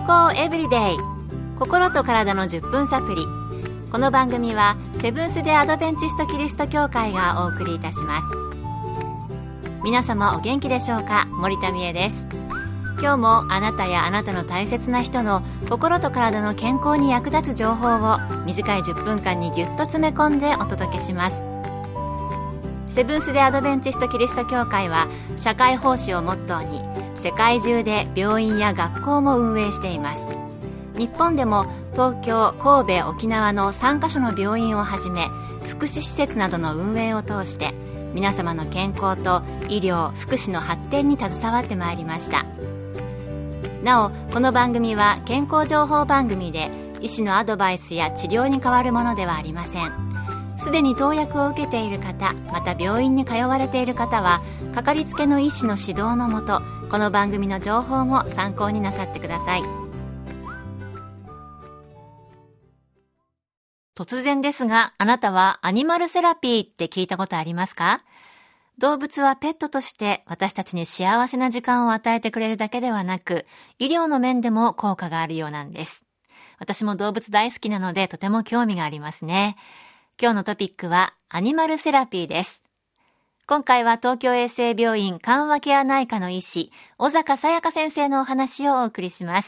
康エブリデイ、心と体の10分サプリ。この番組はセブンス・デ・アドベンチスト・キリスト教会がお送りいたします。皆様お元気でしょうか。森田美恵です。今日もあなたやあなたの大切な人の心と体の健康に役立つ情報を短い10分間にぎゅっと詰め込んでお届けします。セブンス・デ・アドベンチスト・キリスト教会は社会奉仕をモットーに世界中で病院や学校も運営しています。日本でも東京、神戸、沖縄の3カ所の病院をはじめ福祉施設などの運営を通して皆様の健康と医療・福祉の発展に携わってまいりました。なお、この番組は健康情報番組で医師のアドバイスや治療に代わるものではありません。すでに投薬を受けている方、また病院に通われている方はかかりつけの医師の指導のもと、この番組の情報も参考になさってください。突然ですが、あなたはアニマルセラピーって聞いたことありますか？動物はペットとして私たちに幸せな時間を与えてくれるだけではなく、医療の面でも効果があるようなんです。私も動物大好きなのでとても興味がありますね。今日のトピックはアニマルセラピーです。今回は東京衛生病院緩和ケア内科の医師、小坂さやか先生のお話をお送りします。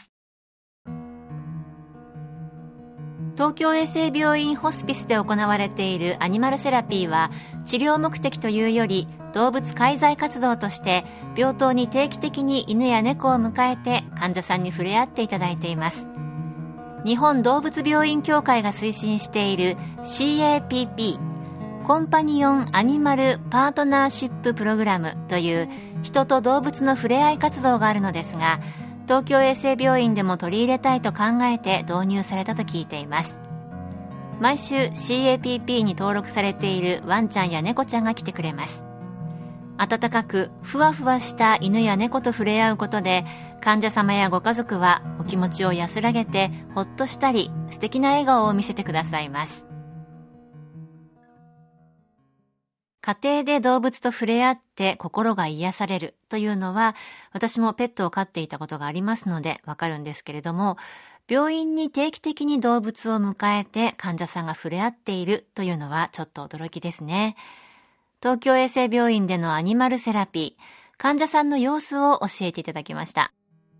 東京衛生病院ホスピスで行われているアニマルセラピーは、治療目的というより動物介在活動として病棟に定期的に犬や猫を迎えて患者さんに触れ合っていただいています。日本動物病院協会が推進している CAPP コンパニオンアニマルパートナーシッププログラムという人と動物の触れ合い活動があるのですが、東京衛生病院でも取り入れたいと考えて導入されたと聞いています。毎週 CAPP に登録されているワンちゃんや猫ちゃんが来てくれます。温かくふわふわした犬や猫と触れ合うことで、患者様やご家族はお気持ちを安らげてほっとしたり、素敵な笑顔を見せてくださいます。家庭で動物と触れ合って心が癒されるというのは、私もペットを飼っていたことがありますのでわかるんですけれども、病院に定期的に動物を迎えて患者さんが触れ合っているというのはちょっと驚きですね。東京衛生病院でのアニマルセラピー、患者さんの様子を教えていただきました。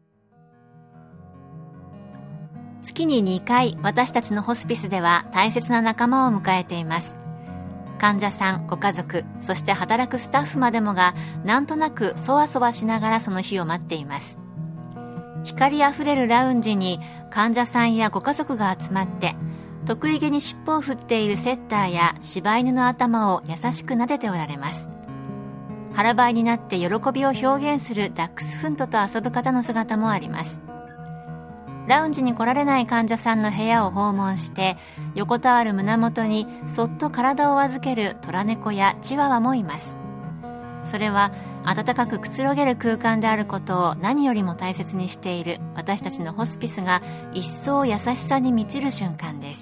月に2回、私たちのホスピスでは大切な仲間を迎えています。患者さん、ご家族、そして働くスタッフまでもがなんとなくそわそわしながらその日を待っています。光あふれるラウンジに患者さんやご家族が集まって、得意げに尻尾を振っているセッターや柴犬の頭を優しく撫でておられます。腹ばいになって喜びを表現するダックスフントと遊ぶ方の姿もあります。ラウンジに来られない患者さんの部屋を訪問して、横たわる胸元にそっと体を預けるトラ猫やチワワもいます。それは温かくくつろげる空間であることを何よりも大切にしている私たちのホスピスが一層優しさに満ちる瞬間です。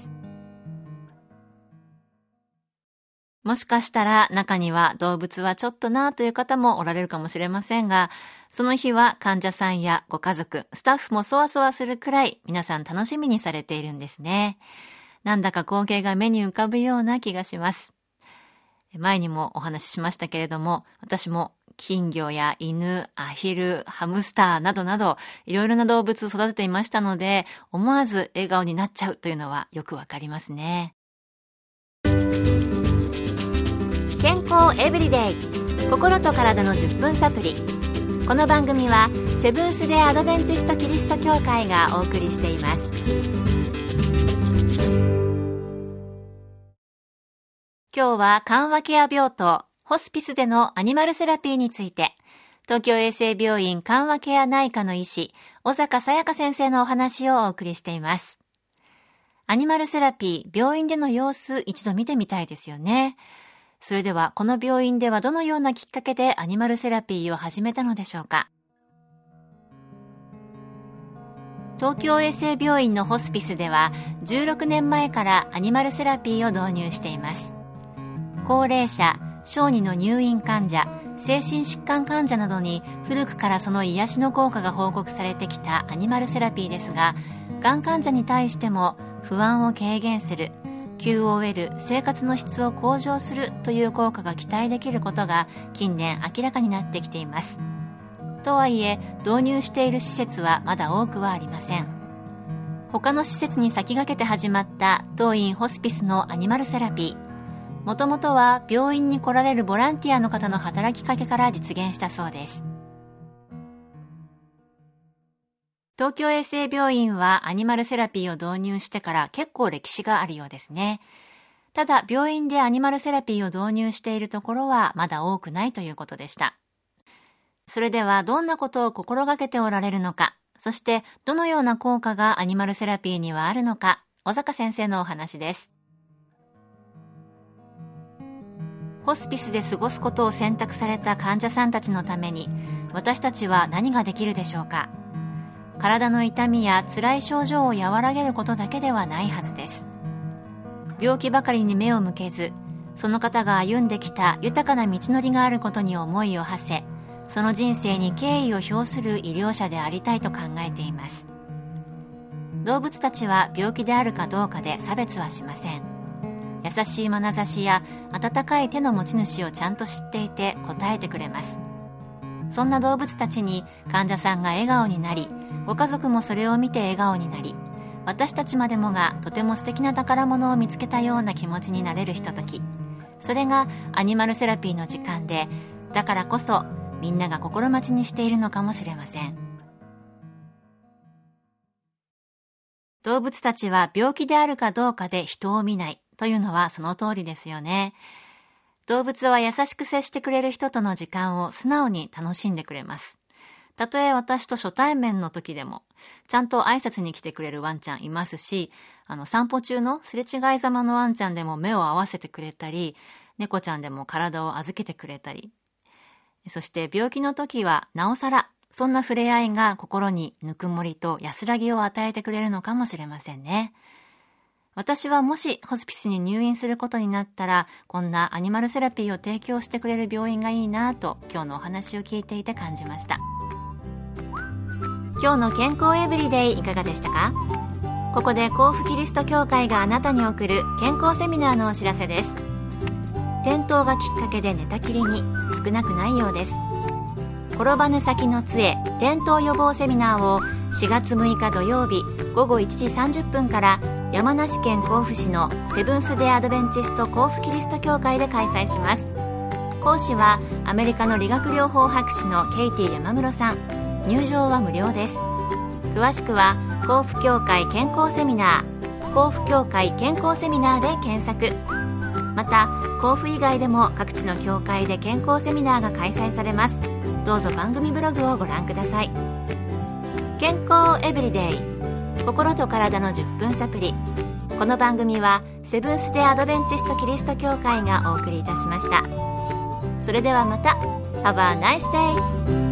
もしかしたら中には動物はちょっとなという方もおられるかもしれませんが、その日は患者さんやご家族、スタッフもそわそわするくらい皆さん楽しみにされているんですね。なんだか光景が目に浮かぶような気がします。前にもお話ししましたけれども、私も金魚や犬、アヒル、ハムスターなどなどいろいろな動物を育てていましたので、思わず笑顔になっちゃうというのはよくわかりますね。健康エブリデイ、心と体の10分サプリ。この番組はセブンス・デ・アドベンチスト・キリスト教会がお送りしています。今日は緩和ケア病棟ホスピスでのアニマルセラピーについて、東京衛生病院緩和ケア内科の医師、小坂さやか先生のお話をお送りしています。アニマルセラピー、病院での様子一度見てみたいですよね。それではこの病院ではどのようなきっかけでアニマルセラピーを始めたのでしょうか。東京衛生病院のホスピスでは16年前からアニマルセラピーを導入しています。高齢者、小児の入院患者、 精神疾患患者などに古くからその癒しの効果が報告されてきたアニマルセラピーですが、がん患者に対しても不安を軽減する、QOL 生活の質を向上するという効果が期待できることが近年明らかになってきています。とはいえ導入している施設はまだ多くはありません。他の施設に先駆けて始まった当院ホスピスのアニマルセラピー、もともとは病院に来られるボランティアの方の働きかけから実現したそうです。東京衛生病院はアニマルセラピーを導入してから結構歴史があるようですね。ただ病院でアニマルセラピーを導入しているところはまだ多くないということでした。それではどんなことを心がけておられるのか、そしてどのような効果がアニマルセラピーにはあるのか、小坂先生のお話です。ホスピスで過ごすことを選択された患者さんたちのために私たちは何ができるでしょうか。体の痛みや辛い症状を和らげることだけではないはずです。病気ばかりに目を向けず、その方が歩んできた豊かな道のりがあることに思いを馳せ、その人生に敬意を表する医療者でありたいと考えています。動物たちは病気であるかどうかで差別はしません。優しい眼差しや温かい手の持ち主をちゃんと知っていて答えてくれます。そんな動物たちに患者さんが笑顔になり、ご家族もそれを見て笑顔になり、私たちまでもがとても素敵な宝物を見つけたような気持ちになれるひととき、それがアニマルセラピーの時間で、だからこそみんなが心待ちにしているのかもしれません。動物たちは病気であるかどうかで人を見ないというのはその通りですよね。動物は優しく接してくれる人との時間を素直に楽しんでくれます。たとえ私と初対面の時でもちゃんと挨拶に来てくれるワンちゃんいますし、散歩中のすれ違いざまのワンちゃんでも目を合わせてくれたり、猫ちゃんでも体を預けてくれたり、そして病気の時はなおさらそんな触れ合いが心にぬくもりと安らぎを与えてくれるのかもしれませんね。私はもしホスピスに入院することになったら、こんなアニマルセラピーを提供してくれる病院がいいなと今日のお話を聞いていて感じました。今日の健康エブリデイいかがでしたか？ここで甲府キリスト教会があなたに送る健康セミナーのお知らせです。転倒がきっかけで寝たきりに少なくないようです。転ばぬ先の杖転倒予防セミナーを4月6日土曜日午後1時30分から山梨県甲府市のセブンス・デ・アドベンチスト甲府キリスト教会で開催します。講師はアメリカの理学療法博士のケイティ山室さん。入場は無料です。詳しくは甲府教会健康セミナー、甲府教会健康セミナーで検索。また甲府以外でも各地の教会で健康セミナーが開催されます。どうぞ番組ブログをご覧ください。健康エブリデイ、心と体の10分サプリ。この番組はセブンス・デ・アドベンチスト・キリスト教会がお送りいたしました。それではまた。Have a nice day!